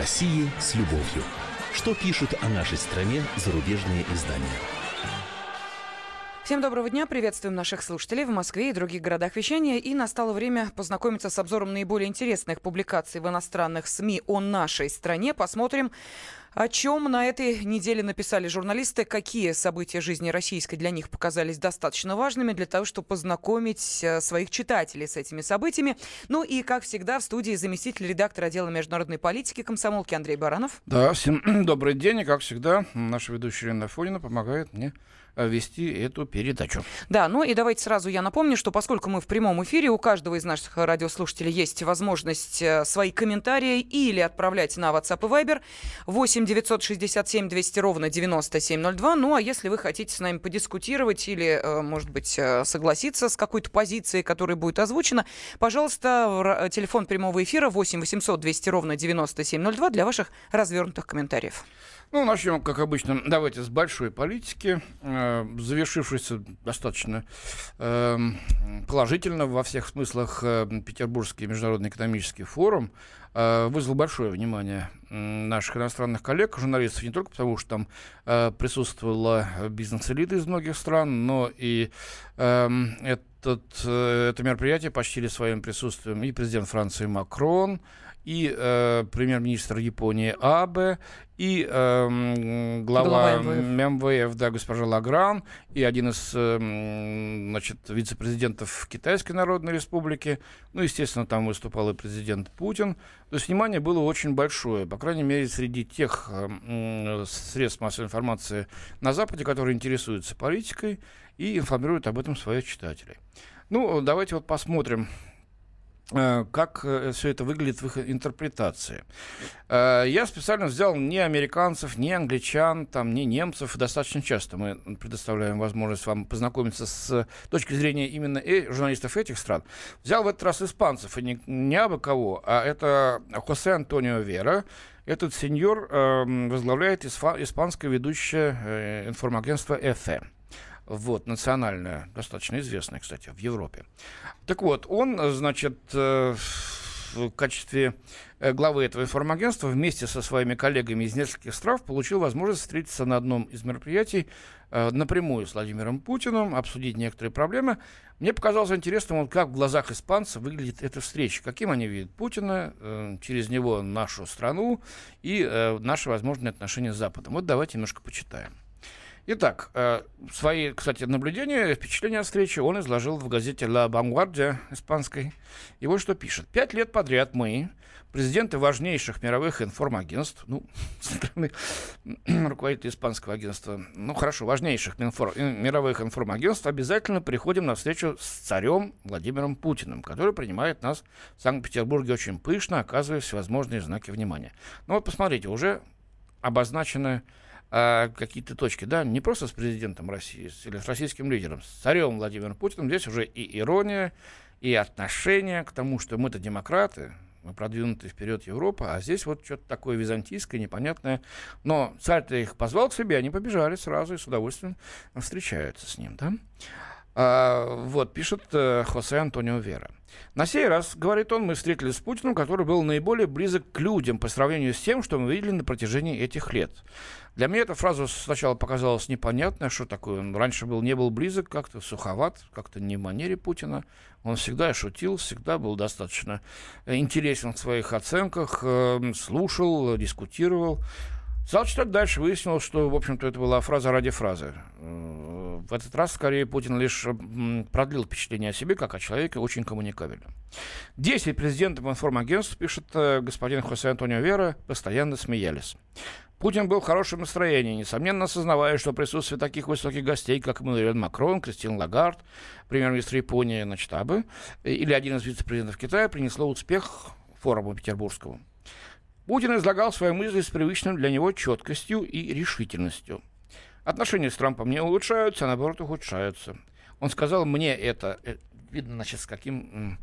России с любовью. Что пишут о нашей стране зарубежные издания? Всем доброго дня, приветствуем наших слушателей в Москве и других городах вещания. И настало время познакомиться с обзором наиболее интересных публикаций в иностранных СМИ о нашей стране. Посмотрим, о чем на этой неделе написали журналисты, какие события жизни российской для них показались достаточно важными для того, чтобы познакомить своих читателей с этими событиями. Ну и, как всегда, в студии заместитель редактора отдела международной политики комсомолки Андрей Баранов. Да, всем добрый день. И, как всегда, наша ведущая Ирина Афонина помогает мне вести эту передачу. Да, ну и давайте сразу я напомню, что поскольку мы в прямом эфире, у каждого из наших радиослушателей есть возможность свои комментарии или отправлять на WhatsApp и Viber 8 967 200 ровно 9702. Ну а если вы хотите с нами подискутировать или, может быть, согласиться с какой-то позицией, которая будет озвучена, пожалуйста, телефон прямого эфира 8 800 200 ровно 9702 для ваших развернутых комментариев. Ну, начнем, как обычно, давайте с большой политики, завершившейся достаточно положительно во всех смыслах. Петербургский международный экономический форум вызвал большое внимание наших иностранных коллег, журналистов, не только потому, что там присутствовала бизнес-элита из многих стран, но и это мероприятие почтили своим присутствием и президент Франции Макрон, и премьер-министр Японии Абе, и глава МВФ, да, госпожа Лагран, и один из вице-президентов Китайской Народной Республики. Ну, естественно, там выступал и президент Путин. То есть внимание было очень большое, по крайней мере, среди тех средств массовой информации на Западе, которые интересуются политикой и информируют об этом своих читателей. Ну, давайте вот посмотрим, как все это выглядит в их интерпретации. Я специально взял не американцев, не англичан, там, не немцев. Достаточно часто мы предоставляем возможность вам познакомиться с точки зрения именно журналистов этих стран. Взял в этот раз испанцев, и не абы кого, а это Хосе Антонио Вера. Этот сеньор возглавляет испанское ведущее информагентство «Эфе». Вот, национальное, достаточно известное, кстати, в Европе. Так вот, он, значит, в качестве главы этого информагентства вместе со своими коллегами из нескольких стран получил возможность встретиться на одном из мероприятий напрямую с Владимиром Путиным, обсудить некоторые проблемы. Мне показалось интересным, вот, как в глазах испанцев выглядит эта встреча, каким они видят Путина, через него нашу страну и наши возможные отношения с Западом. Вот давайте немножко почитаем. Итак, свои, кстати, наблюдения, впечатления от встречи он изложил в газете «La Vanguardia» испанской. И вот что пишет. 5 лет подряд мы, президенты важнейших мировых информагентств, ну, со стороны руководителя испанского агентства, ну, хорошо, важнейших мировых информагентств, обязательно приходим на встречу с царем Владимиром Путиным, который принимает нас в Санкт-Петербурге очень пышно, оказывая всевозможные знаки внимания. Ну, вот посмотрите, уже обозначены какие-то точки, да, не просто с президентом России или с российским лидером, с царем Владимиром Путиным. Здесь уже и ирония, и отношение к тому, что мы-то демократы, мы продвинутые вперед Европа, а здесь вот что-то такое византийское, непонятное. Но царь-то их позвал к себе, они побежали сразу и с удовольствием встречаются с ним, да. Вот, пишет Хосе Антонио Вера. На сей раз, говорит он, мы встретились с Путиным, который был наиболее близок к людям по сравнению с тем, что мы видели на протяжении этих лет. Для меня эта фраза сначала показалась непонятной, что такое. Он раньше не был близок, как-то суховат, как-то не в манере Путина. Он всегда шутил, всегда был достаточно интересен в своих оценках, слушал, дискутировал. Стал читать дальше, выяснилось, что, в общем-то, это была фраза ради фразы. В этот раз, скорее, Путин лишь продлил впечатление о себе, как о человеке очень коммуникабельном. 10 президентов информагентств, пишет господин Хосе Антонио Вера, постоянно смеялись. Путин был в хорошем настроении, несомненно осознавая, что присутствие таких высоких гостей, как Эммануэль Макрон, Кристин Лагард, премьер-министр Японии, значит, Абе, или один из вице-президентов Китая, принесло успех форуму петербургскому. Путин излагал свои мысли с привычной для него четкостью и решительностью. Отношения с Трампом не улучшаются, а наоборот ухудшаются. Он сказал мне это, видно, значит, с каким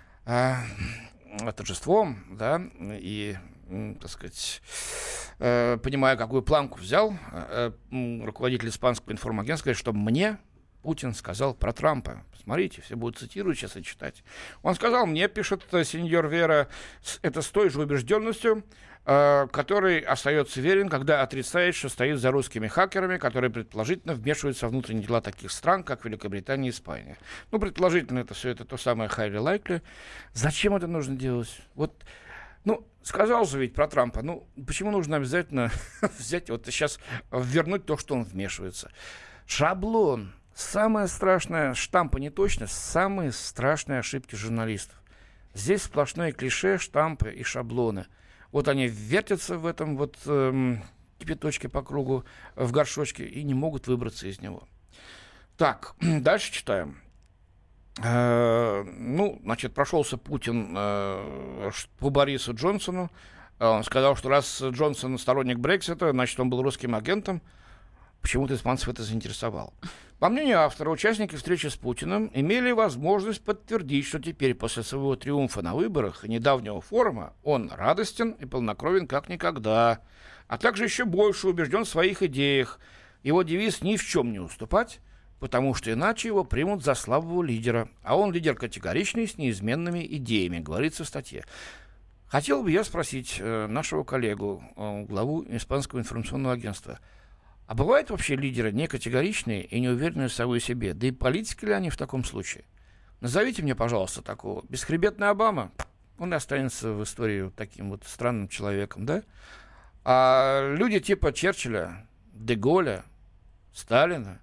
торжеством, да, и, так сказать, понимая, какую планку взял руководитель испанского информагентства, сказать, что мне Путин сказал про Трампа. Смотрите, все будут цитировать сейчас и читать. Он сказал: мне, пишет сеньор Вера, это с той же убежденностью, который остается верен, когда отрицает, что стоит за русскими хакерами, которые предположительно вмешиваются во внутренние дела таких стран, как Великобритания и Испания. Ну, предположительно, это все это то самое highly likely. Зачем это нужно делать? Вот, ну, сказал же ведь про Трампа. Ну, почему нужно обязательно взять, вот сейчас вернуть то, что он вмешивается? Шаблон. Самое страшное, штампа неточность, самые страшные ошибки журналистов. Здесь сплошные клише, штампы и шаблоны. Вот они вертятся в этом вот кипяточке по кругу, в горшочке, и не могут выбраться из него. Так, дальше читаем. Ну, значит, прошелся Путин по Борису Джонсону. Он сказал, что раз Джонсон сторонник Брексита, значит, он был русским агентом. Почему-то испанцев это заинтересовало. По мнению автора, участники встречи с Путиным имели возможность подтвердить, что теперь после своего триумфа на выборах и недавнего форума он радостен и полнокровен как никогда, а также еще больше убежден в своих идеях. Его девиз «ни в чем не уступать», потому что иначе его примут за слабого лидера, а он лидер категоричный, с неизменными идеями, говорится в статье. Хотел бы я спросить нашего коллегу, главу Испанского информационного агентства, а бывают вообще лидеры некатегоричные и неуверенные в самой себе? Да и политики ли они в таком случае? Назовите мне, пожалуйста, такого. Бесхребетный Обама, он и останется в истории таким вот странным человеком, да? А люди типа Черчилля, де Голля, Сталина,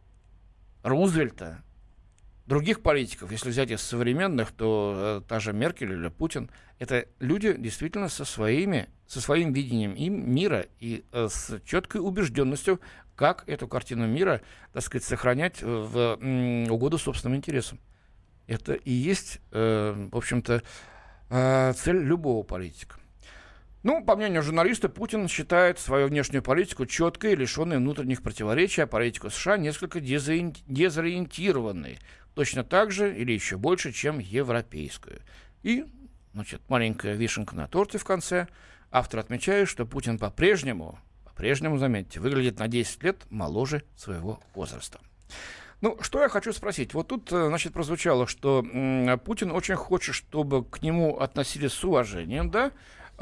Рузвельта, других политиков, если взять из современных, то та же Меркель или Путин, это люди действительно со своим видением мира и с четкой убежденностью, как эту картину мира, так сказать, сохранять в угоду собственным интересам. Это и есть, в общем-то, цель любого политика. Ну, по мнению журналиста, Путин считает свою внешнюю политику четкой, лишенной внутренних противоречий, а политику США несколько дезориентированной. Точно так же или еще больше, чем европейскую. И, значит, маленькая вишенка на торте в конце. Автор отмечает, что Путин по-прежнему, заметьте, выглядит на 10 лет моложе своего возраста. Ну, что я хочу спросить. Вот тут, значит, прозвучало, что Путин очень хочет, чтобы к нему относились с уважением, да?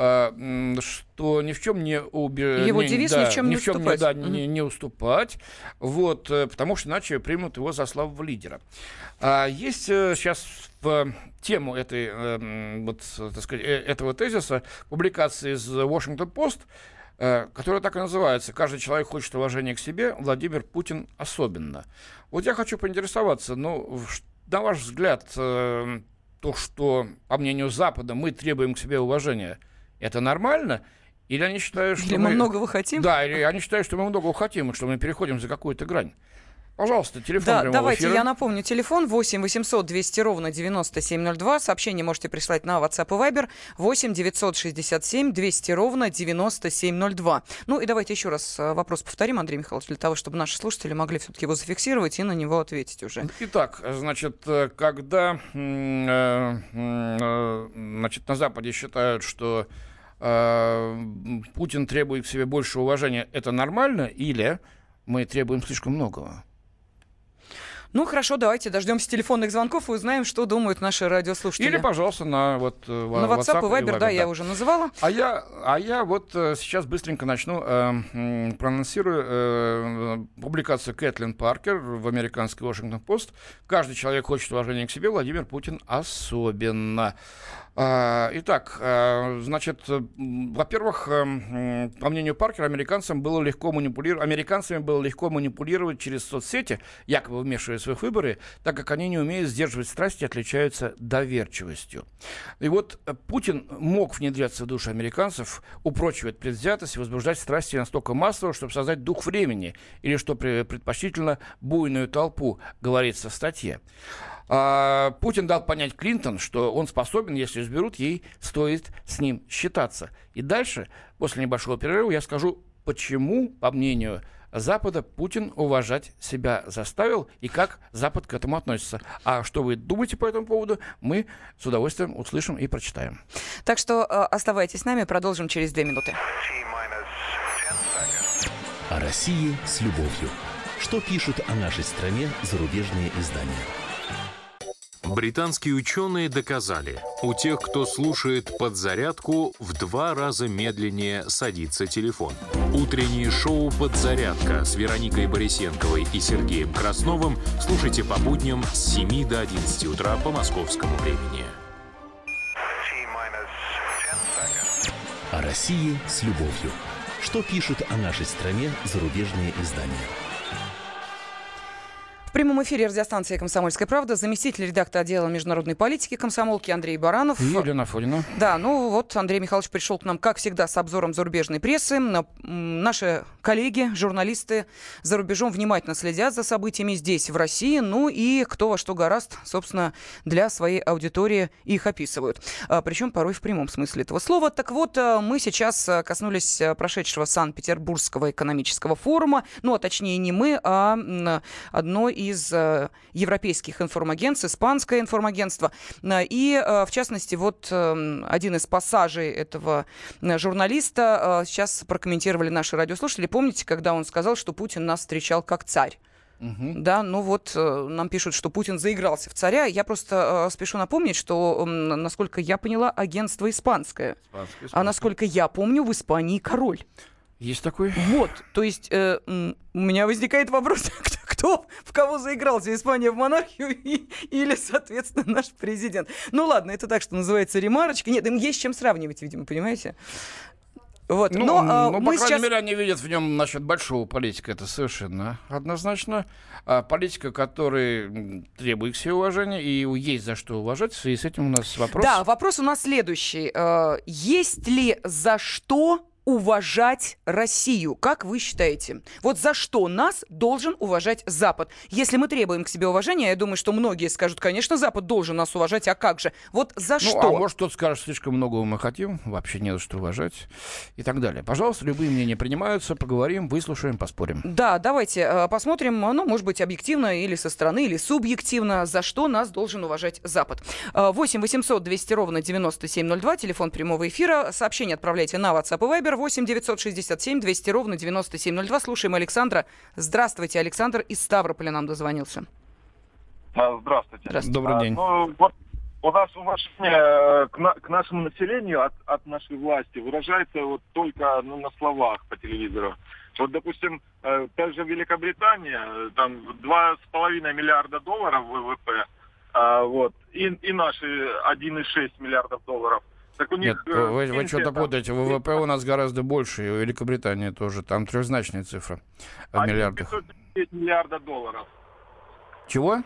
Что ни в чем не Его девиз «ни в чем не уступать». Не уступать, вот, потому что иначе примут его за слабого лидера. Есть сейчас в тему вот, так сказать, этого тезиса публикация из Washington Post, которая так и называется «Каждый человек хочет уважения к себе, Владимир Путин особенно». Вот я хочу поинтересоваться, ну, на ваш взгляд, то, что, по мнению Запада, мы требуем к себе уважения, это нормально? Или они считают, что или мы многого хотим? Да, или они считают, что мы многого хотим, и что мы переходим за какую-то грань. Пожалуйста, телефон прямого давайте эфира. Я напомню. Телефон 8 800 200 ровно 9702. Сообщение можете прислать на WhatsApp и Viber 8 967 200 ровно 9702. Ну и давайте еще раз вопрос повторим, Андрей Михайлович, для того, чтобы наши слушатели могли все-таки его зафиксировать и на него ответить уже. Итак, значит, когда значит, на Западе считают, что Путин требует к себе больше уважения, это нормально, или мы требуем слишком многого? Ну, хорошо, давайте дождемся телефонных звонков и узнаем, что думают наши радиослушатели. Или, пожалуйста, на WhatsApp и Viber, да, я уже называла. А я вот сейчас быстренько начну, проанонсирую публикацию Кэтлин Паркер в американской Washington Post. «Каждый человек хочет уважения к себе, Владимир Путин особенно». Итак, значит, во-первых, по мнению Паркера, американцами было легко манипулировать через соцсети, якобы вмешиваясь в их выборы, так как они не умеют сдерживать страсти и отличаются доверчивостью. И вот Путин мог внедряться в души американцев, упрочивать предвзятость и возбуждать страсти настолько массово, чтобы создать дух времени, или, что предпочтительно, буйную толпу, говорится в статье. Путин дал понять Клинтон, что он способен, если изберут, ей стоит с ним считаться. И дальше, после небольшого перерыва, я скажу, почему, по мнению Запада, Путин уважать себя заставил и как Запад к этому относится. А что вы думаете по этому поводу, мы с удовольствием услышим и прочитаем. Так что оставайтесь с нами, продолжим через 2 минуты. О России с любовью. Что пишут о нашей стране зарубежные издания? Британские ученые доказали, у тех, кто слушает «Подзарядку», в 2 раза медленнее садится телефон. Утреннее шоу «Подзарядка» с Вероникой Борисенковой и Сергеем Красновым слушайте по будням с 7 до 11 утра по московскому времени. О России с любовью. Что пишут о нашей стране зарубежные издания? В прямом эфире радиостанции «Комсомольская правда» заместитель редактора отдела международной политики комсомолки Андрей Баранов. И Елена Афонина. Да, ну вот Андрей Михайлович пришел к нам, как всегда, с обзором зарубежной прессы. Наши коллеги, журналисты за рубежом внимательно следят за событиями здесь, в России. Ну и кто во что горазд, собственно, для своей аудитории их описывают. Причем порой в прямом смысле этого слова. Так вот, мы сейчас коснулись прошедшего Санкт-Петербургского экономического форума. Ну, а точнее не мы, а одно из европейских информагентств, испанское информагентство. И, в частности, вот один из пассажей этого журналиста сейчас прокомментировали наши радиослушатели. Помните, когда он сказал, что Путин нас встречал как царь? Да, ну вот нам пишут, что Путин заигрался в царя. Я просто спешу напомнить, что, насколько я поняла, агентство испанское. А насколько я помню, в Испании король. Есть такой? Вот, то есть у меня возникает вопрос, кто в кого заигрался, Испания в монархию или, соответственно, наш президент. Ну ладно, это так, что называется ремарочка. Нет, им есть с чем сравнивать, видимо, понимаете? Вот. Но по мы крайней сейчас... мере, они видят в нем, значит, большого политика. Это совершенно однозначно. Политика, который требует к себе уважения, и есть за что уважать. В связи с этим у нас вопрос. Да, вопрос у нас следующий. Есть ли за что уважать Россию? Как вы считаете? Вот за что нас должен уважать Запад? Если мы требуем к себе уважения, я думаю, что многие скажут, конечно, Запад должен нас уважать, а как же? Вот за что? А может, кто-то скажет, слишком многого мы хотим, вообще не за что уважать и так далее. Пожалуйста, любые мнения принимаются, поговорим, выслушаем, поспорим. Да, давайте посмотрим, ну, может быть, объективно или со стороны, или субъективно, за что нас должен уважать Запад. 8 800 200 ровно 9702, телефон прямого эфира. Сообщение отправляйте на WhatsApp и Viber 8 967 200 ровно 9702. Слушаем Александра. Здравствуйте, Александр из Ставрополя нам дозвонился. Здравствуйте. Добрый день. Вот у нас уважение к нашему населению от нашей власти выражается вот только на словах по телевизору. Вот, допустим, та же Великобритания, там 2,5 миллиарда долларов ВВП, вот, и наши 1,6 миллиардов долларов. Так у них, нет, вы что-то путаете. ВВП у нас гораздо больше, и у Великобритании тоже. Там трехзначная цифра в миллиардах. 579 миллиарда долларов. Чего?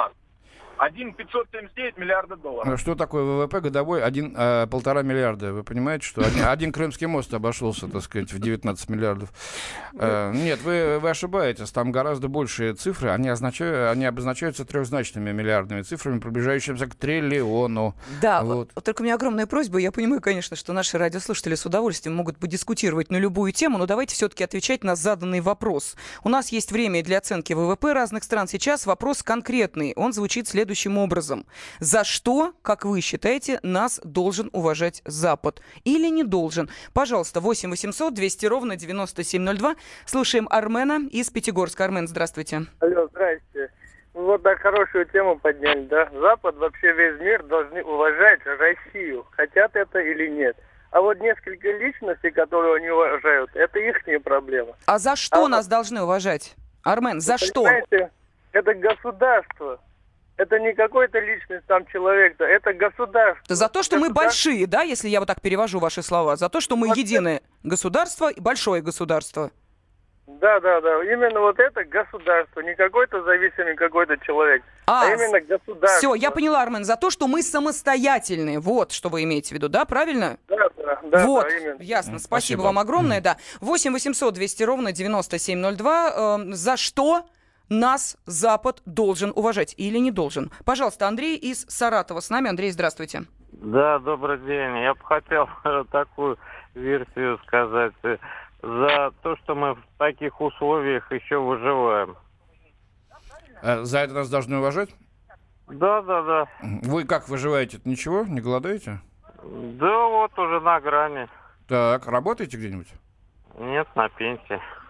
1,579 миллиарда долларов. Что такое ВВП годовой? 1,5 миллиарда. Вы понимаете, что один Крымский мост обошелся, так сказать, в 19 миллиардов. Нет, вы ошибаетесь. Там гораздо большие цифры. Они обозначаются трехзначными миллиардными цифрами, приближающимися к триллиону. Да, вот. Только у меня огромная просьба. Я понимаю, конечно, что наши радиослушатели с удовольствием могут подискутировать на любую тему, но давайте все-таки отвечать на заданный вопрос. У нас есть время для оценки ВВП разных стран. Сейчас вопрос конкретный. Он звучит следующим образом. За что, как вы считаете, нас должен уважать Запад? Или не должен? Пожалуйста, 8 800 200 ровно 9702. Слушаем Армена из Пятигорска. Армен, здравствуйте. Алло, здрасте. Вот так хорошую тему подняли, да? Запад, вообще весь мир должны уважать Россию. Хотят это или нет. А вот несколько личностей, которые не уважают, это их проблема. А за что нас должны уважать? Армен, за что? Понимаете, это государство. Это не какой-то личность там человек, это государство. За то, что мы большие, да, если я вот так перевожу ваши слова. За то, что мы единое государство и большое государство. Да. Именно вот это государство. Не какой-то зависимый какой-то человек, а именно государство. Все, я поняла, Армен. За то, что мы самостоятельные. Вот, что вы имеете в виду, да? Правильно? Да, вот, именно. Ясно. Спасибо вам огромное, да. 8 800 200 ровно 9702. За что нас Запад должен уважать или не должен? Пожалуйста, Андрей из Саратова с нами. Андрей, здравствуйте. Да, добрый день. Я бы хотел такую версию сказать. За то, что мы в таких условиях еще выживаем. За это нас должны уважать? Да. Вы как выживаете? Ничего? Не голодаете? Да вот уже на грани. Так, работаете где-нибудь? Нет, на пенсии.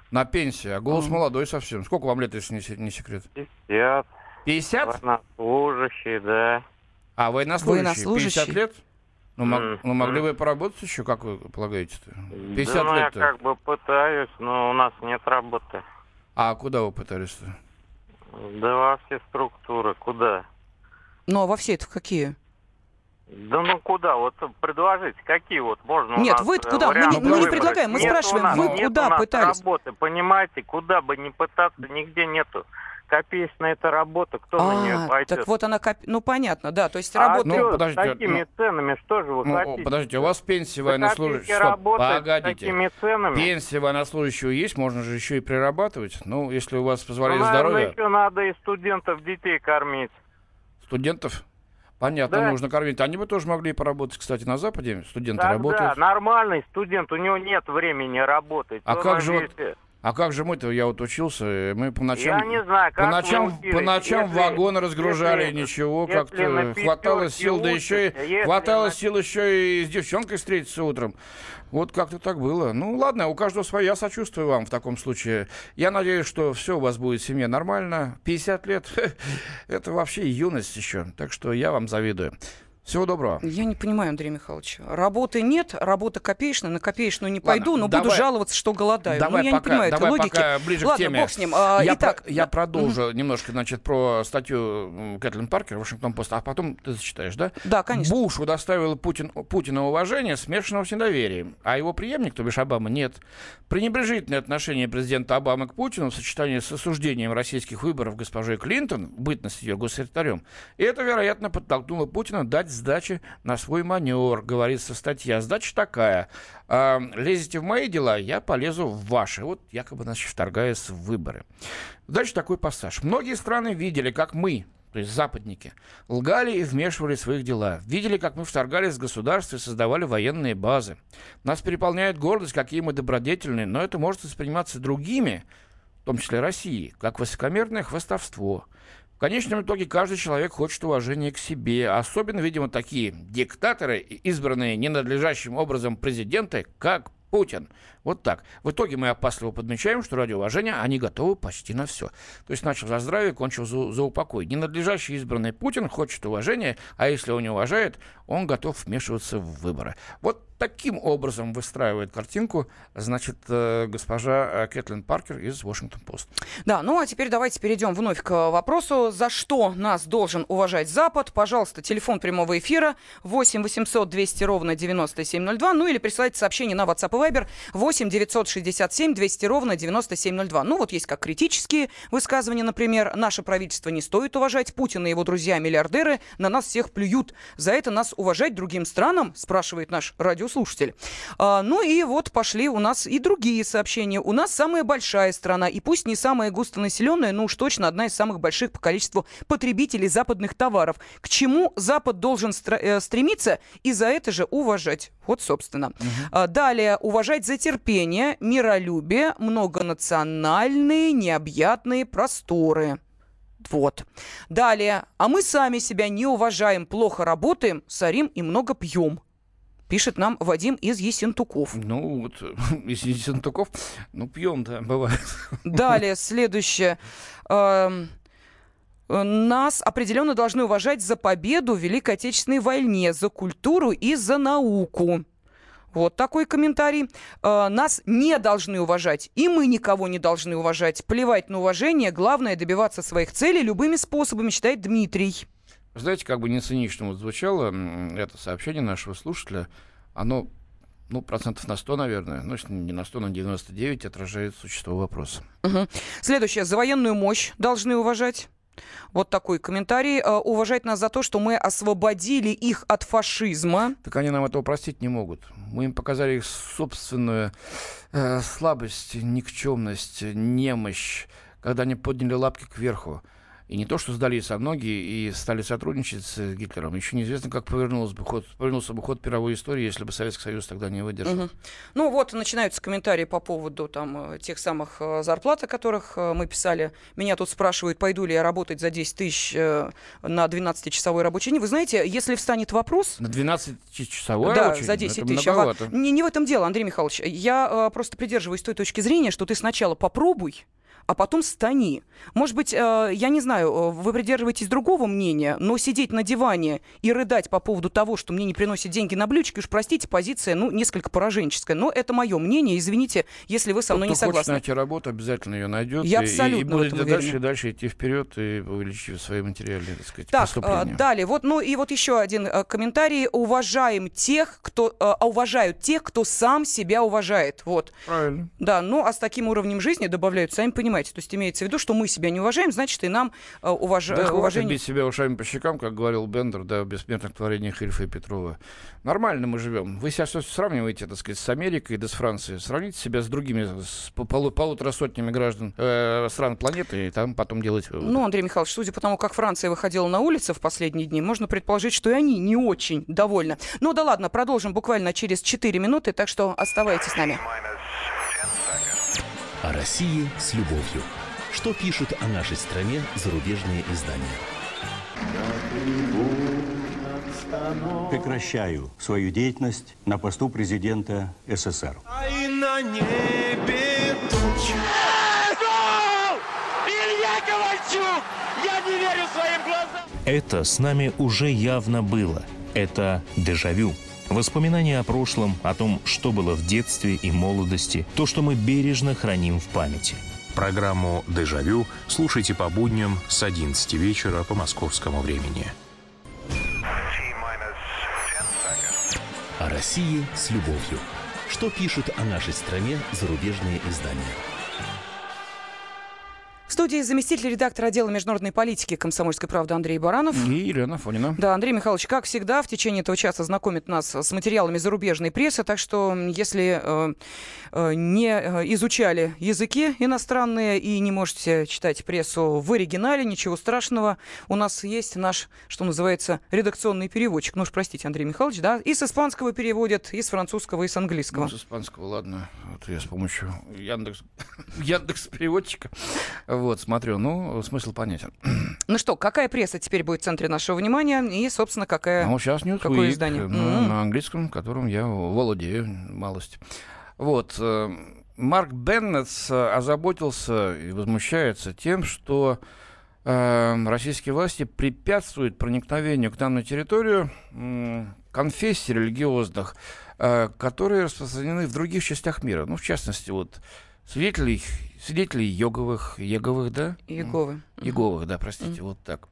На пенсии, а голос молодой совсем. Сколько вам лет, если не секрет? 50. 50? Военнослужащий, да. А, военнослужащий. 50 лет? Могли вы поработать еще, как вы полагаете-то? 50 да, лет-то. я как бы пытаюсь, но у нас нет работы. А куда вы пытались-то? Да во все структуры, куда? Ну, а во все это в какие? Да ну куда? Вот предложите, какие вот можно у Нет, нас вы куда? Мы варианты не выбрать? предлагаем, мы Нет спрашиваем, у нас, вы нет куда у нас пытались? Работы, понимаете, куда бы ни пытаться, нигде нету. Копеечная эта работа, кто на нее пойдет? Так вот она, ну понятно, да, то есть А работа... чё, подождите, с такими ценами, что же вы хотите? Подождите, у вас пенсия военнослужащего... Работать Погодите. с такими ценами? Пенсия военнослужащего есть, можно же еще и прирабатывать. Ну, если у вас Ну, позволяет наверное, здоровье... еще надо и студентов, детей кормить. Студентов? Понятно, Да. нужно кормить. Они бы тоже могли поработать, кстати, на Западе. Студенты Да, работают. нормальный студент, у него нет времени работать. А Он как же надеется- А как же мы-то, я вот учился, мы по ночам... Я не знаю, как По ночам, вы учились. по ночам Если- вагоны разгружали, если- ничего, если как-то на хватало пятерке сил, да еще учишься, и если хватало на- сил еще и с девчонкой встретиться утром. Вот как-то так было. Ну ладно, у каждого свое. Я сочувствую вам в таком случае. Я надеюсь, что все у вас будет в семье нормально. 50 лет это вообще юность еще, так что я вам завидую. Всего доброго. Я не понимаю, Андрей Михайлович. Работы нет, работа копеечная, на копеечную не Ладно, пойду, но буду давай- жаловаться, что голодаю. Давай Ну, я не понимаю этой логики. пока ближе Ладно, к теме. бог с ним. Я продолжу немножко, значит, про статью Кэтлин Паркер, Вашингтон-Пост, а потом ты зачитаешь, да? Да, конечно. Буш удостоил Путина уважения, смешанного с недоверием, а его преемник, то бишь Обама, нет. Пренебрежительное отношение президента Обамы к Путину в сочетании с осуждением российских выборов госпожой Клинтон, бытность ее госсекретарем, и это, вероятно, подтолкнуло Путина дать сдачи на свой маневр, говорится статья. Сдача такая. Лезете в мои дела, я полезу в ваши. Вот якобы, значит, вторгаясь в выборы. Дальше такой пассаж. Многие страны видели, как мы, то есть западники, лгали и вмешивались в свои дела. Видели, как мы вторгались в государство и создавали военные базы. Нас переполняет гордость, какие мы добродетельные, но это может восприниматься другими, в том числе Россией, как высокомерное хвастовство. В конечном итоге каждый человек хочет уважения к себе. Особенно, видимо, такие диктаторы, избранные ненадлежащим образом президенты, как Путин. Вот так. В итоге мы опасливо подмечаем, что ради уважения они готовы почти на все. То есть начал за здравие, кончил за упокой. Ненадлежащий избранный Путин хочет уважения, а если он не уважает, он готов вмешиваться в выборы. Вот таким образом выстраивает картинку, значит, госпожа Кэтлин Паркер из Вашингтон-Пост. Да, ну а теперь давайте перейдем вновь к вопросу, за что нас должен уважать Запад. Пожалуйста, телефон прямого эфира 8 800 200 ровно 9702, ну или присылайте сообщение на WhatsApp и Viber 8 967 200 ровно 9702. Ну вот есть как критические высказывания, например, наше правительство не стоит уважать, Путин и его друзья-миллиардеры на нас всех плюют. За это нас уважать другим странам, спрашивает наш радиослушатель. Ну и вот пошли у нас и другие сообщения. У нас самая большая страна, и пусть не самая густонаселенная, но уж точно одна из самых больших по количеству потребителей западных товаров. К чему Запад должен стремиться и за это же уважать? Вот, собственно. Далее, уважать за терпение, миролюбие, многонациональные, необъятные просторы. Вот. Далее, а мы сами себя не уважаем, плохо работаем, сорим и много пьем. Пишет нам Вадим из Ессентуков. Ну, вот из Ессентуков, ну, пьем, да, бывает. Далее, следующее. Нас определенно должны уважать за победу в Великой Отечественной войне, за культуру и за науку. Вот такой комментарий. Нас не должны уважать, и мы никого не должны уважать. Плевать на уважение, главное добиваться своих целей любыми способами, считает Дмитрий. Знаете, как бы не цинично вот звучало это сообщение нашего слушателя, оно, ну, процентов на 100, наверное, ну, если не на 100, на 99 отражает существо вопроса. Угу. Следующее. За военную мощь должны уважать. Вот такой комментарий. Уважать нас за то, что мы освободили их от фашизма. Так они нам этого простить не могут. Мы им показали их собственную слабость, никчемность, немощь, когда они подняли лапки кверху. И не то, что сдались, а многие и стали сотрудничать с Гитлером. Еще неизвестно, как повернулся бы ход мировой истории, если бы Советский Союз тогда не выдержал. Угу. Ну вот начинаются комментарии по поводу там, тех самых зарплат, о которых мы писали. Меня тут спрашивают, пойду ли я работать за 10 тысяч на 12-часовой рабочий день. Вы знаете, если встанет вопрос... На 12-часовой да, рабочий день? За 10 тысяч. Не в этом дело, Андрей Михайлович. Я просто придерживаюсь той точки зрения, что ты сначала попробуй, а потом стани. Может быть, я не знаю, вы придерживаетесь другого мнения, но сидеть на диване и рыдать по поводу того, что мне не приносят деньги на блюдечке, уж простите, позиция, несколько пораженческая. Но это мое мнение, извините, если вы со мной не согласны. Кто хочет найти работу, обязательно ее найдет. Я абсолютно и будет в этом дальше уверена. и дальше идти вперед и увеличивать свои материальные, так сказать, так, поступления. Далее, вот еще один комментарий. Уважают тех, кто сам себя уважает. Вот. Правильно. Да, а с таким уровнем жизни добавляют, сами понимаете, то есть имеется в виду, что мы себя не уважаем, значит, и нам уважение... бить себя ушами по щекам, как говорил Бендер, да, в бессмертных творениях Ильфа и Петрова. Нормально мы живем. Вы себя сравниваете, так сказать, с Америкой, да с Францией. Сравните себя с другими, с полутора сотнями граждан стран планеты, и там потом делать выводы. Андрей Михайлович, судя по тому, как Франция выходила на улицы в последние дни, можно предположить, что и они не очень довольны. Да ладно, продолжим буквально через 4 минуты, так что оставайтесь с нами. О России с любовью. Что пишут о нашей стране зарубежные издания? Прекращаю свою деятельность на посту президента СССР. На небе тучи. Илья Ковальчук! Я не верю своим глазам! Это с нами уже явно было. Это дежавю. Воспоминания о прошлом, о том, что было в детстве и молодости, то, что мы бережно храним в памяти. Программу «Дежавю» слушайте по будням с 11 вечера по московскому времени. О России с любовью. Что пишут о нашей стране зарубежные издания? В студии заместитель редактора отдела международной политики «Комсомольской правды» Андрей Баранов. И Елена Афонина. Да, Андрей Михайлович, как всегда, в течение этого часа знакомит нас с материалами зарубежной прессы, так что если не изучали языки иностранные и не можете читать прессу в оригинале, ничего страшного, у нас есть наш, что называется, редакционный переводчик. Ну уж простите, Андрей Михайлович, да, и с испанского переводит, и с французского, и с английского. С испанского, ладно. Вот я с помощью Яндекс-переводчика смотрю, смысл понятен. Ну что, какая пресса теперь будет в центре нашего внимания и, собственно, какое издание? На английском, которым я владею малость. Марк Беннет озаботился и возмущается тем, что российские власти препятствуют проникновению к нам на территорию конфессий религиозных, которые распространены в других частях мира. В частности, свидетелей Иеговых, да? Иеговых, да, простите, вот так.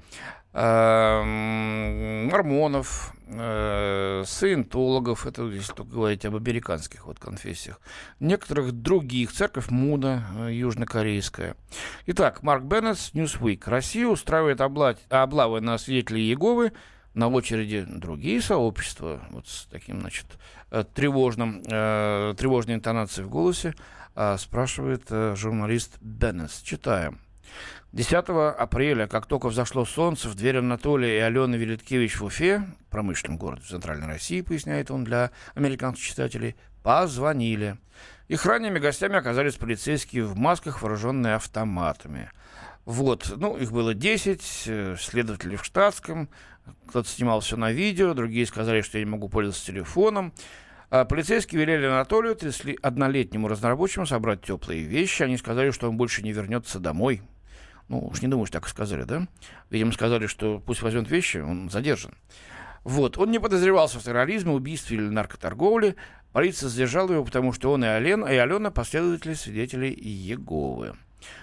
Мормонов, саентологов, это если только говорить об американских конфессиях, некоторых других, церковь Муда, южнокорейская. Итак, Марк Беннет, Newsweek. Россия устраивает облавы на свидетелей Иеговы, на очереди другие сообщества, с таким, тревожной интонацией в голосе, спрашивает журналист Беннет. Читаем. 10 апреля, как только взошло солнце, в дверь Анатолия и Алены Велиткевич в Уфе, промышленном городе в Центральной России, поясняет он для американских читателей, позвонили. Их ранними гостями оказались полицейские в масках, вооруженные автоматами. Их было 10, следователи в штатском, кто-то снимал все на видео, другие сказали, что я не могу пользоваться телефоном. Полицейские велели Анатолию, 31-летнему разнорабочему, собрать теплые вещи. Они сказали, что он больше не вернется домой. Уж не думаю, что так и сказали, да? Видимо, сказали, что пусть возьмет вещи, он задержан. Он не подозревался в терроризме, убийстве или наркоторговле. Полиция задержала его, потому что он и Алена последователи свидетелей Иеговы.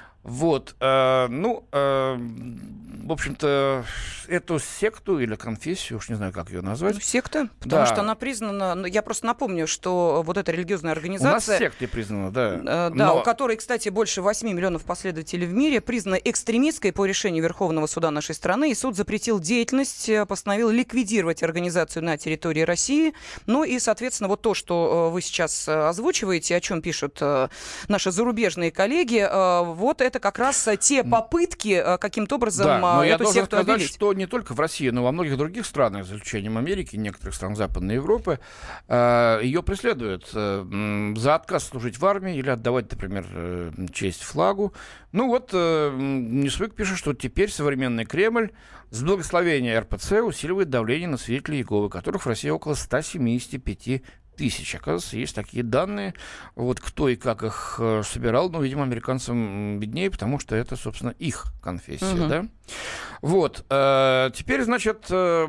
В общем-то, эту секту или конфессию, уж не знаю, как ее назвать. Секта? Потому что она признана... Я просто напомню, что эта религиозная организация... У нас сектой признана, да. У которой, кстати, больше 8 миллионов последователей в мире, признана экстремистской по решению Верховного суда нашей страны, и суд запретил деятельность, постановил ликвидировать организацию на территории России. И, соответственно, то, что вы сейчас озвучиваете, о чем пишут наши зарубежные коллеги, это как раз те попытки каким-то образом но я эту должен секту сказать, обелить. что не только в России, но во многих других странах, за исключением Америки и некоторых стран Западной Европы, ее преследуют за отказ служить в армии или отдавать, например, честь флагу. Ну вот, Newsweek пишет, что теперь современный Кремль с благословения РПЦ усиливает давление на свидетелей Иеговы, которых в России около 175 тысяч. Оказывается, есть такие данные. Вот кто и как их собирал, ну, видимо, американцам беднее, потому что это, собственно, их конфессия, да? Вот. Теперь, значит,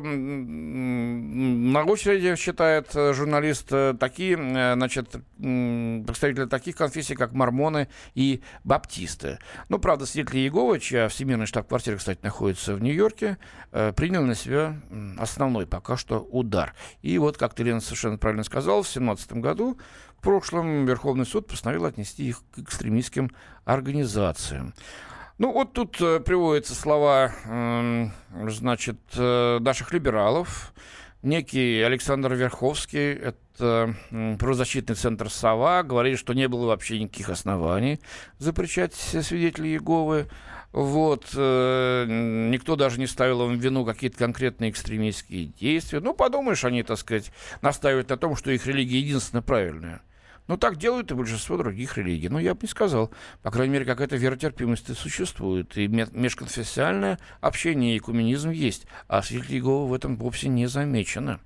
на очереди, считает журналист, такие, значит, представители таких конфессий, как мормоны и баптисты. Ну, правда, свидетели Иеговы, чья всемирная штаб-квартира, кстати, находится в Нью-Йорке, приняли на себя основной пока что удар. И вот, как Елена совершенно правильно сказала, в 2017 году, в прошлом, Верховный суд постановил отнести их к экстремистским организациям. Ну, вот тут приводятся слова, значит, наших либералов. Некий Александр Верховский, это правозащитный центр «Сова», говорит, что не было вообще никаких оснований запрещать свидетелей Иеговы. Вот, никто даже не ставил им в вину какие-то конкретные экстремистские действия. Ну, подумаешь, они, так сказать, настаивают на том, что их религия единственно правильная. Ну, так делают и большинство других религий. Ну, я бы не сказал. По крайней мере, какая-то веротерпимость существует. И межконфессиональное общение и экуменизм есть. А свидетелей Иеговы в этом вовсе не замечено.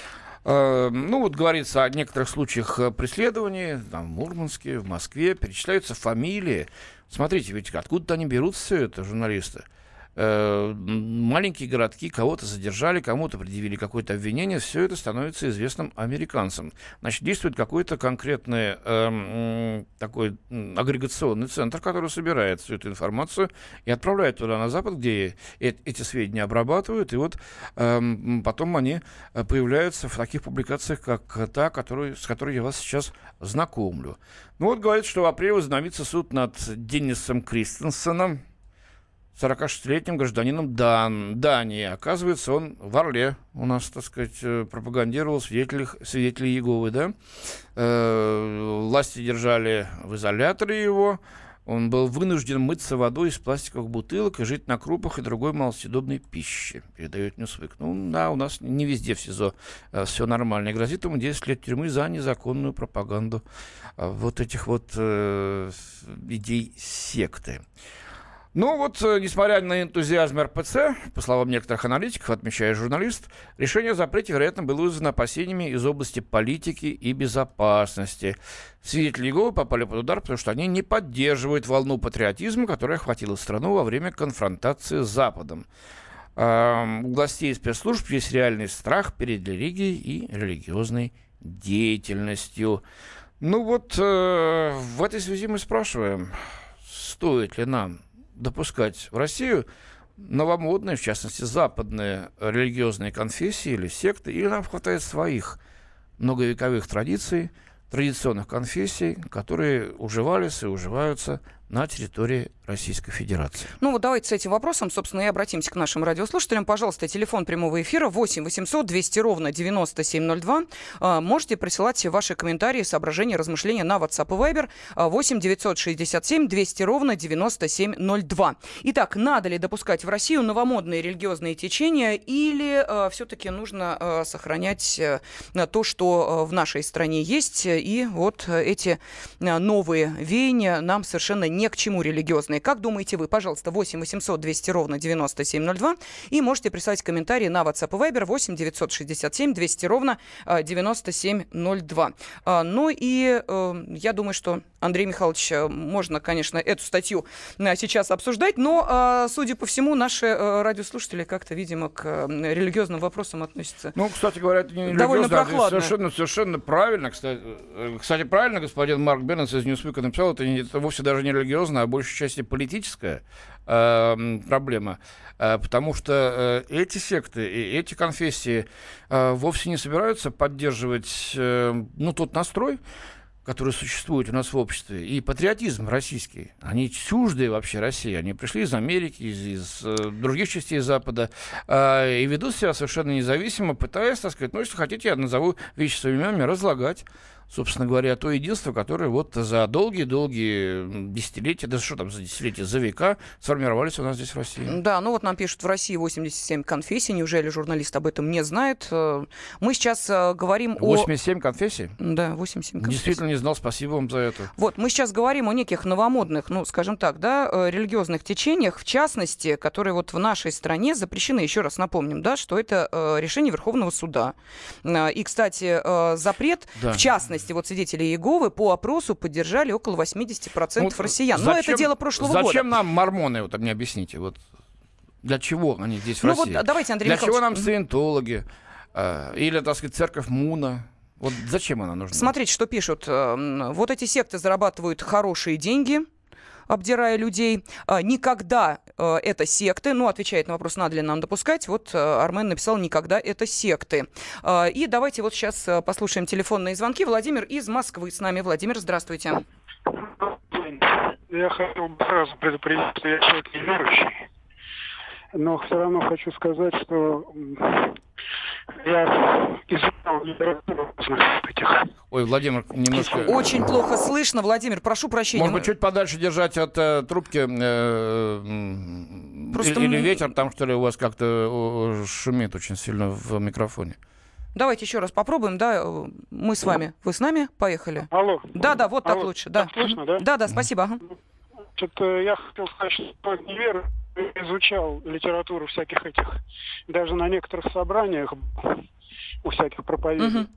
Ну, вот говорится о некоторых случаях преследований. Там, в Мурманске, в Москве перечисляются фамилии. Смотрите, ведь откуда-то они берут все это, журналисты. Маленькие городки, кого-то задержали, кому-то предъявили какое-то обвинение, все это становится известным американцам. Значит, действует какой-то конкретный такой агрегационный центр, который собирает всю эту информацию и отправляет туда, на Запад, где эти сведения обрабатывают, и вот потом они появляются в таких публикациях, как та, с которой я вас сейчас знакомлю. Ну вот говорит, что в апреле возобновится суд над Деннисом Кристенсеном, 46-летним гражданином Дании. Оказывается, он в Орле у нас, так сказать, пропагандировал свидетелей Иеговы, да? Власти держали в изоляторе его. Он был вынужден мыться водой из пластиковых бутылок и жить на крупах и другой малосъедобной пище, передает Newsweek. Ну да, у нас не везде в СИЗО все нормально. И грозит ему 10 лет тюрьмы за незаконную пропаганду вот этих вот идей секты. Ну вот, несмотря на энтузиазм РПЦ, по словам некоторых аналитиков, отмечает журналист, решение о запрете, вероятно, было вызвано опасениями из области политики и безопасности. Свидетели Иеговы попали под удар, потому что они не поддерживают волну патриотизма, которая охватила страну во время конфронтации с Западом. У властей и спецслужб есть реальный страх перед религией и религиозной деятельностью. Ну вот, в этой связи мы спрашиваем, стоит ли нам допускать в Россию новомодные, в частности, западные религиозные конфессии или секты, или нам хватает своих многовековых традиций, традиционных конфессий, которые уживались и уживаются на территории Российской Федерации. Ну вот давайте с этим вопросом, собственно, и обратимся к нашим радиослушателям. Пожалуйста, телефон прямого эфира 8 800 200 ровно 9702. Можете присылать ваши комментарии, соображения, размышления на WhatsApp и Viber 8 967 200 ровно 9702. Итак, надо ли допускать в Россию новомодные религиозные течения или все-таки нужно сохранять то, что в нашей стране есть, и вот эти новые веяния нам совершенно не к чему религиозные. Как думаете вы? Пожалуйста, 8 800 200 ровно 9702. И можете прислать комментарии на WhatsApp и Viber 8 967 200 ровно 9702. Ну и я думаю, что, Андрей Михайлович, можно, конечно, эту статью сейчас обсуждать, но, судя по всему, наши радиослушатели как-то, видимо, к религиозным вопросам относятся. Ну, кстати говоря, это не довольно прохладно. Совершенно правильно. Кстати, правильно господин Марк Бернс из Newsweek написал, это вовсе даже не религиозная, а большей части политическая проблема, потому что эти секты и эти конфессии вовсе не собираются поддерживать тот настрой, которые существуют у нас в обществе, и патриотизм российский. Они чуждые вообще России. Они пришли из Америки, из других частей Запада, и ведут себя совершенно независимо, пытаясь, так сказать, если хотите, я назову вещи своими именами, разлагать собственно говоря, то единство, которое вот за долгие-долгие десятилетия, да что там за десятилетия, за века сформировались у нас здесь в России. Да, ну вот нам пишут, в России 87 конфессий. Неужели журналист об этом не знает? Мы сейчас говорим 87 конфессий? Да, 87 конфессий. Действительно не знал, спасибо вам за это. Вот, мы сейчас говорим о неких новомодных, ну, скажем так, да, религиозных течениях, в частности, которые вот в нашей стране запрещены. Еще раз напомним, да, что это решение Верховного суда. И, кстати, запрет, в частности, вот свидетели Иеговы по опросу поддержали около 80% россиян. Но это дело прошлого года. Зачем нам мормоны, вот мне объясните, вот для чего они здесь в России? Вот давайте, Андрей для Михайлович. чего нам саентологи или, так сказать, церковь Муна? Вот зачем она нужна? Смотрите, что пишут. Вот эти секты зарабатывают хорошие деньги, обдирая людей. Никогда это секты. Ну, отвечает на вопрос, надо ли нам допускать. Вот Армен написал, никогда это секты. И давайте вот сейчас послушаем телефонные звонки. Владимир из Москвы с нами. Владимир, здравствуйте. Я хотел бы сразу предупредить, что я человек неверующий. Но все равно хочу сказать, что я изучал литературу этих. Ой, Владимир, немножко... Очень плохо слышно. Владимир, прошу прощения. Может быть, чуть подальше держать от трубки или ветер, там, что ли, у вас как-то шумит очень сильно в микрофоне. Давайте еще раз попробуем, да, мы с вами. Вы с нами? Поехали. Алло. Да, вот так лучше. Да. Слышно, да? Да, спасибо. Я хотел сказать, что невер изучал литературу всяких этих, даже на некоторых собраниях у всяких проповедей,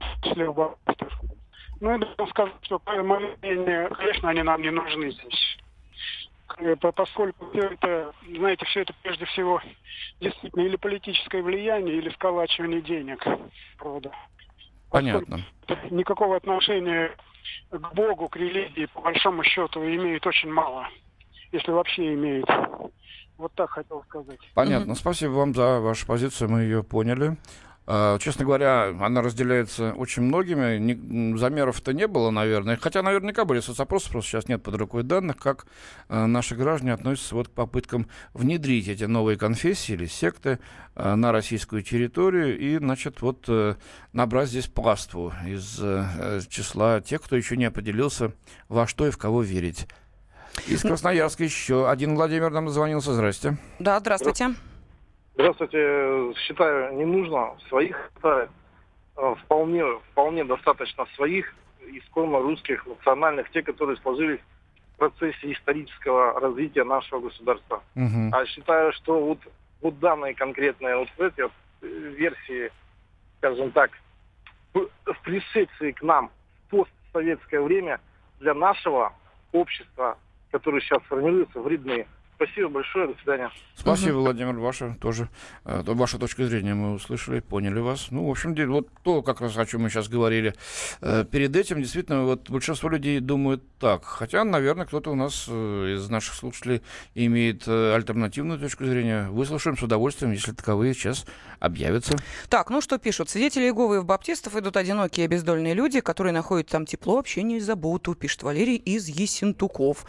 Ну, я должен сказать, что, по моему мнению, конечно, они нам не нужны здесь. Поскольку все это, знаете, все это прежде всего действительно или политическое влияние, или сколачивание денег рода. Понятно. Никакого отношения к Богу, к религии, по большому счету, имеет очень мало, если вообще имеет. Вот так хотел сказать. Понятно. Спасибо вам за вашу позицию, мы ее поняли. Честно говоря, она разделяется очень многими. Замеров-то не было, наверное. Хотя наверняка были соцопросы, просто сейчас нет под рукой данных, как наши граждане относятся вот к попыткам внедрить эти новые конфессии или секты на российскую территорию и, значит, вот набрать здесь паству из числа тех, кто еще не определился, во что и в кого верить. Из Красноярска еще один Владимир нам дозвонился. Здрасте. Да, здравствуйте. Здравствуйте. Считаю, не нужно своих ставить. Вполне достаточно своих, исконно русских, национальных, те, которые сложились в процессе исторического развития нашего государства. Угу. А считаю, что вот данные конкретные вот эти вот версии, скажем так, в пришедшие к нам в постсоветское время для нашего общества, которое сейчас формируется, вредны. Спасибо большое, до свидания. Спасибо, Владимир, ваша точка зрения мы услышали, поняли вас. Ну, в общем, вот то, как раз о чем мы сейчас говорили перед этим, действительно, вот большинство людей думают так. Хотя, наверное, кто-то у нас из наших слушателей имеет альтернативную точку зрения. Выслушаем с удовольствием, если таковые сейчас объявятся. Так, ну что пишут? Свидетели Иеговы в баптистов идут одинокие бездольные люди, которые находят там тепло, общение и заботу, пишет Валерий из Ессентуков.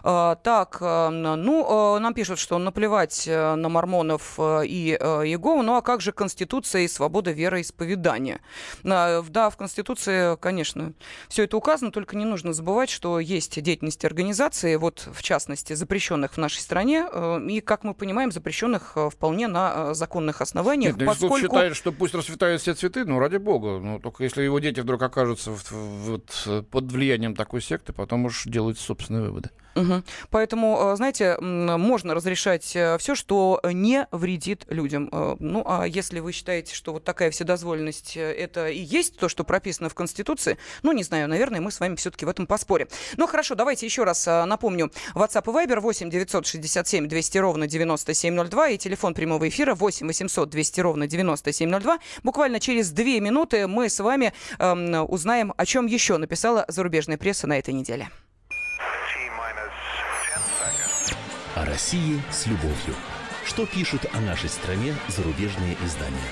Нам пишут, что наплевать на мормонов и Иегову, ну а как же Конституция и свобода вероисповедания? Да, в Конституции, конечно, все это указано, только не нужно забывать, что есть деятельность организации, вот в частности, запрещенных в нашей стране, и, как мы понимаем, запрещенных вполне на законных основаниях. Нет, поскольку... Институт считает, что пусть расцветают все цветы, ну, ради бога, ну, только если его дети вдруг окажутся под влиянием такой секты, потом уж делают собственные выводы. Угу. Поэтому, знаете, можно разрешать все, что не вредит людям. Ну, а если вы считаете, что вот такая вседозволенность это и есть то, что прописано в Конституции, ну, не знаю, наверное, мы с вами все-таки в этом поспорим. Ну, хорошо, давайте еще раз напомню. WhatsApp и Viber 8 967 200 ровно 9702 и телефон прямого эфира 8 800 200 ровно 9702. Буквально через 2 минуты мы с вами узнаем, о чем еще написала зарубежная пресса на этой неделе. О России с любовью. Что пишут о нашей стране зарубежные издания?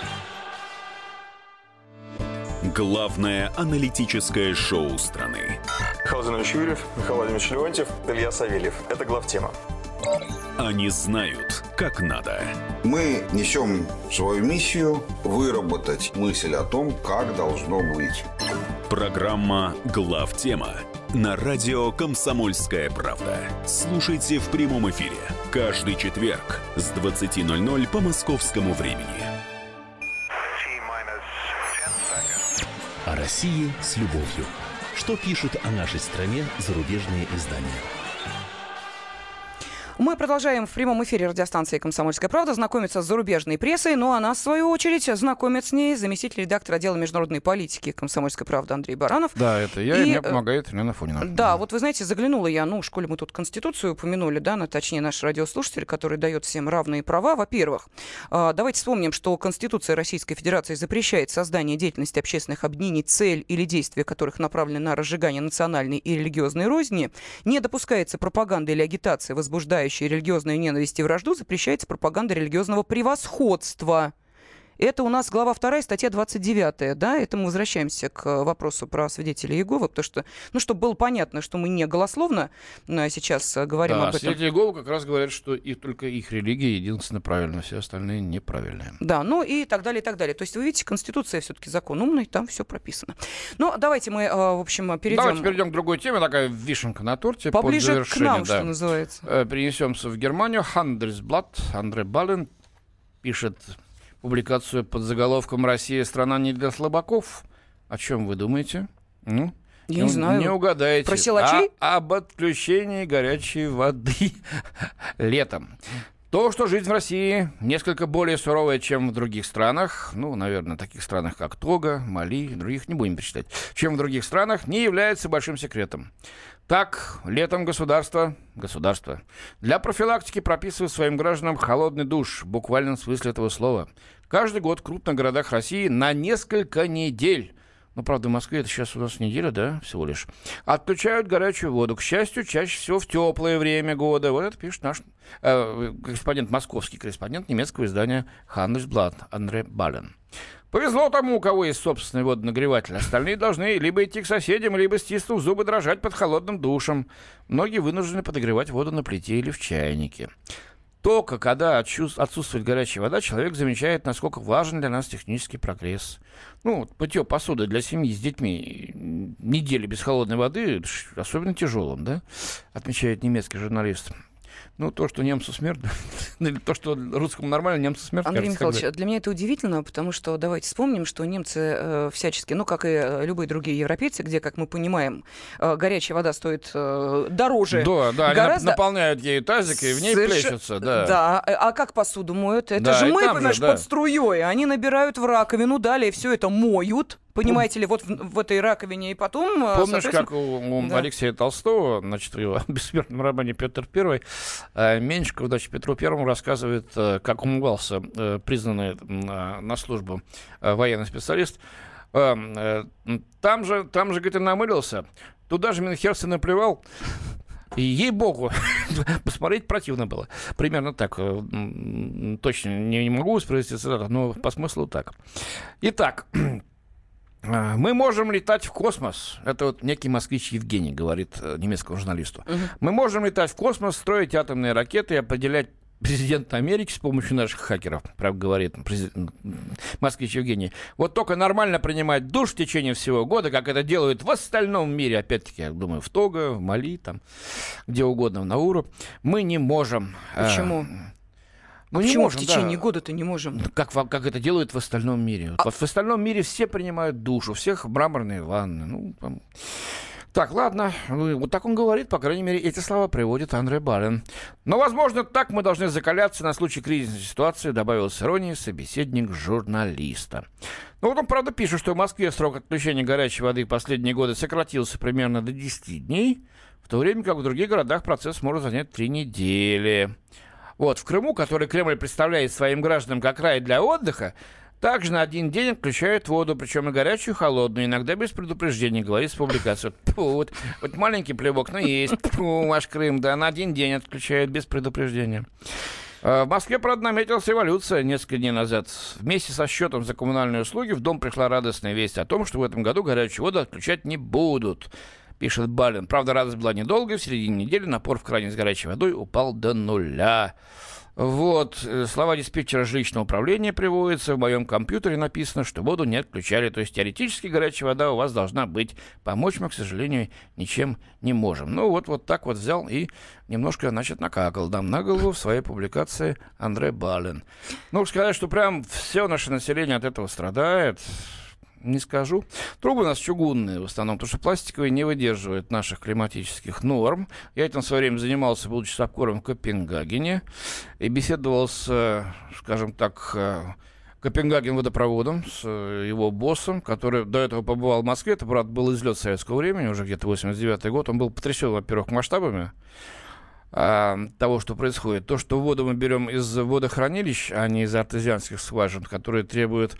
Главное аналитическое шоу страны. Михаил Владимирович Юрьев, Михаил Владимирович Леонтьев, Илья Савельев. Это главтема. Они знают, как надо. Мы несем свою миссию выработать мысль о том, как должно быть. Программа «Главтема» на радио «Комсомольская правда». Слушайте в прямом эфире каждый четверг с 20:00 по московскому времени. О России с любовью. Что пишут о нашей стране зарубежные издания? Мы продолжаем в прямом эфире радиостанции «Комсомольская правда» знакомиться с зарубежной прессой, ну а нас, в свою очередь, знакомит с ней заместитель редактора отдела международной политики «Комсомольской правды» Андрей Баранов. Да, это я, и мне помогает Елена Фонина. Да, вот вы знаете, заглянула я, в школе мы тут Конституцию упомянули, да, точнее наш радиослушатель, который дает всем равные права. Во-первых, давайте вспомним, что Конституция Российской Федерации запрещает создание деятельности общественных объединений, цель или действия которых направлены на разжигание национальной и религиозной розни, не допускается пропаганда или агитация, возбуждающая религиозную ненависть и вражду, запрещается пропаганда религиозного превосходства. Это у нас глава 2, статья 29, да, это мы возвращаемся к вопросу про свидетелей Иеговы, потому что, чтобы было понятно, что мы не голословно сейчас говорим об этом. Свидетели Иеговы как раз говорят, что только их религия единственно правильная, все остальные неправильные. Да, и так далее, и так далее. То есть, вы видите, Конституция все-таки закон умный, там все прописано. Но давайте мы, в общем, перейдем... Давайте перейдем к другой теме, такая вишенка на торте. Поближе к нам, что называется. Перенесемся в Германию. Handelsblatt, Андре Бален пишет... публикацию под заголовком «Россия – страна не для слабаков». О чем вы думаете? Я не знаю. Не угадаете. Про силачей? Об отключении горячей воды летом. То, что жизнь в России несколько более суровая, чем в других странах, наверное, таких странах, как Того, Мали, других не будем перечислять, чем в других странах, не является большим секретом. Так, летом государство для профилактики прописывает своим гражданам холодный душ, в буквальном смысле этого слова. Каждый год в крупных городах России на несколько недель, правда, в Москве это сейчас у нас неделя, да, всего лишь, отключают горячую воду. К счастью, чаще всего в теплое время года. Вот это пишет наш московский корреспондент немецкого издания Handelsblatt Андре Бален. Повезло тому, у кого есть собственный водонагреватель. Остальные должны либо идти к соседям, либо, стиснув зубы, дрожать под холодным душем. Многие вынуждены подогревать воду на плите или в чайнике. Только когда отсутствует горячая вода, человек замечает, насколько важен для нас технический прогресс. Мытье посуды для семьи с детьми недели без холодной воды особенно тяжелым, да? Отмечает немецкий журналист. То, что немцу смерть, или то, что русскому нормально, немцу смерть. Андрей Михайлович, для меня это удивительно, потому что давайте вспомним, что немцы всячески, как и любые другие европейцы, где, как мы понимаем, горячая вода стоит дороже. Да, гораздо... они наполняют ею тазик и в ней плещутся. Да, а как посуду моют? Это же мы, понимаешь, под струей. Они набирают в раковину, далее все это моют. Понимаете ли, вот в этой раковине, и потом... Помнишь, как у Алексея Толстого, значит, в его бессмертном романе «Петр I», Меньшиков, Петру Первому рассказывает, как умывался признанный на службу военный специалист. Там же, говорит, и намылился, туда же Менхерс и наплевал. И, ей-богу, посмотреть противно было. Примерно так. Точно не могу воспроизвести цитату, но по смыслу так. Итак... Мы можем летать в космос. Это некий москвич Евгений говорит немецкому журналисту. Мы можем летать в космос, строить атомные ракеты и определять президента Америки с помощью наших хакеров, правда говорит москвич Евгений. Вот только нормально принимать душ в течение всего года, как это делают в остальном мире, опять-таки, я думаю, в Того, в Мали, там, где угодно, в Науру, мы не можем. Почему? Почему в течение года-то не можем? Как это делают в остальном мире. В остальном мире все принимают душ, у всех мраморные ванны. Так, ладно, вот так он говорит, по крайней мере, эти слова приводит Андре Бален. Но, возможно, так мы должны закаляться на случай кризисной ситуации, добавил с иронией собеседник журналиста. Он, правда, пишет, что в Москве срок отключения горячей воды в последние годы сократился примерно до 10 дней, в то время как в других городах процесс может занять 3 недели. В Крыму, который Кремль представляет своим гражданам как рай для отдыха, также на один день отключают воду, причем и горячую, и холодную, иногда без предупреждения, говорится в публикации. Вот маленький плевок, есть. Ваш Крым, на один день отключают без предупреждения. В Москве, правда, наметилась эволюция несколько дней назад. Вместе со счетом за коммунальные услуги в дом пришла радостная весть о том, что в этом году горячую воду отключать не будут. пишет Балин. Правда, радость была недолгой. В середине недели напор в кране с горячей водой упал до 0. Вот, слова диспетчера жилищного управления приводятся. В моем компьютере написано, что воду не отключали. То есть теоретически горячая вода у вас должна быть. Помочь мы, к сожалению, ничем не можем. Ну вот так вот взял и немножко, значит, накакал нам на голову в своей публикации Андрей Балин. Ну, сказать, что прям все наше население от этого страдает, не скажу. Трубы у нас чугунные в основном, потому что пластиковые не выдерживают наших климатических норм. Я этим в свое время занимался, будучи сапкором в Копенгагене, и беседовал с, скажем так, Копенгаген водопроводом, с его боссом, который до этого побывал в Москве. Это, правда, был излет советского времени, уже где-то 89-й год. Он был потрясен, во-первых, масштабами того, что происходит. То, что воду мы берем из водохранилищ, а не из артезианских скважин, которые требуют,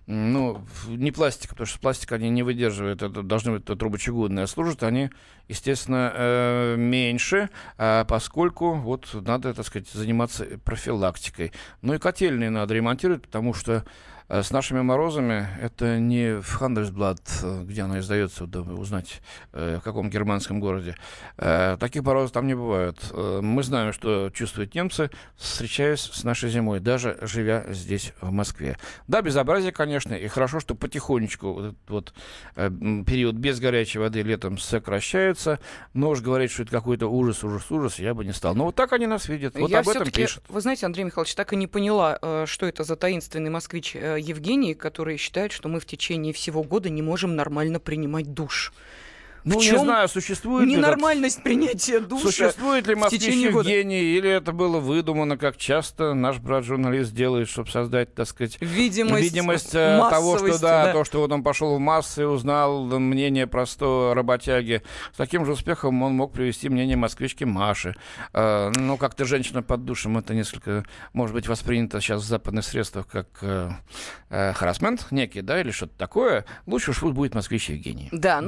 не пластика, потому что пластик они не выдерживают, это должны быть трубы чугунные, а служат они, естественно, меньше, поскольку вот надо, так сказать, заниматься профилактикой. Ну и котельные надо ремонтировать, потому что с нашими морозами это не в Handelsblatt, где она издается, узнать, в каком германском городе. Таких морозов там не бывает. Мы знаем, что чувствуют немцы, встречаясь с нашей зимой, даже живя здесь, в Москве. Да, безобразие, конечно, и хорошо, что потихонечку вот период без горячей воды летом сокращается, но уж говорить, что это какой-то ужас, я бы не стал. Но вот так они нас видят, вот я об этом пишут. Вы знаете, Андрей Михайлович, так и не поняла, что это за таинственный москвич Евгений, который считает, что мы в течение всего года не можем нормально принимать душ. Ну, не знаю, существует ли ненормальность принятия душа. Существует ли москвич Евгений, или это было выдумано, как часто наш брат-журналист делает, чтобы создать, так сказать, видимость того, что то, что вот он пошел в массы и узнал мнение простого работяги. С таким же успехом он мог привести мнение москвички Маши. Как-то женщина под душем, это несколько, может быть, воспринято сейчас в западных средствах как харассмент некий, да, или что-то такое. Лучше уж будет москвич Евгений. Да,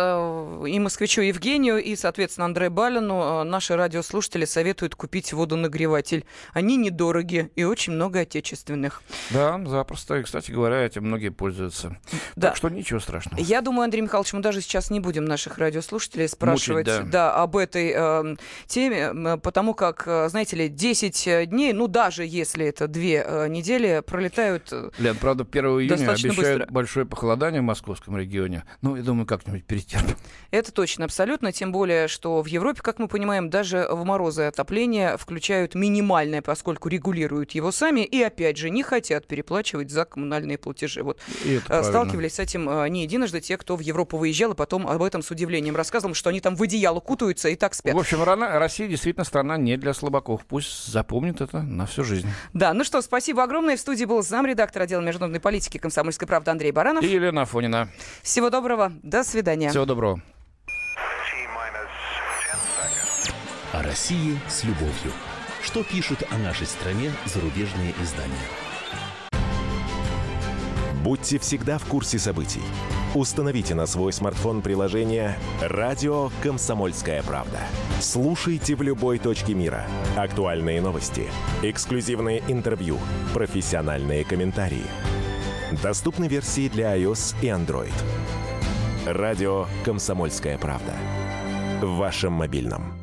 и москвичу Евгению, и, соответственно, Андрею Балину наши радиослушатели советуют купить водонагреватель. Они недорогие и очень много отечественных. Да, запросто. И, кстати говоря, этим многие пользуются. Да. Так что ничего страшного. Я думаю, Андрей Михайлович, мы даже сейчас не будем наших радиослушателей спрашивать об этой теме, потому как, знаете ли, 10 дней, даже если это 2 недели, пролетают Лен, правда, 1 июня обещают быстро. Большое похолодание в московском регионе. Я думаю, как-нибудь перетерпим. Это точно, абсолютно. Тем более, что в Европе, как мы понимаем, даже в морозы отопления включают минимальное, поскольку регулируют его сами. И, опять же, не хотят переплачивать за коммунальные платежи. Сталкивались с этим не единожды те, кто в Европу выезжал, и потом об этом с удивлением рассказывал, что они там в одеяло кутаются и так спят. В общем, Россия действительно страна не для слабаков. Пусть запомнит это на всю жизнь. Да, спасибо огромное. В студии был замредактор отдела международной политики «Комсомольской правды» Андрей Баранов. И Елена Афонина. Всего доброго. До свидания. Всего доброго. О России с любовью. Что пишут о нашей стране зарубежные издания? Будьте всегда в курсе событий. Установите на свой смартфон приложение «Радио Комсомольская правда». Слушайте в любой точке мира. Актуальные новости, эксклюзивные интервью, профессиональные комментарии. Доступны версии для iOS и Android. «Радио Комсомольская правда». В вашем мобильном.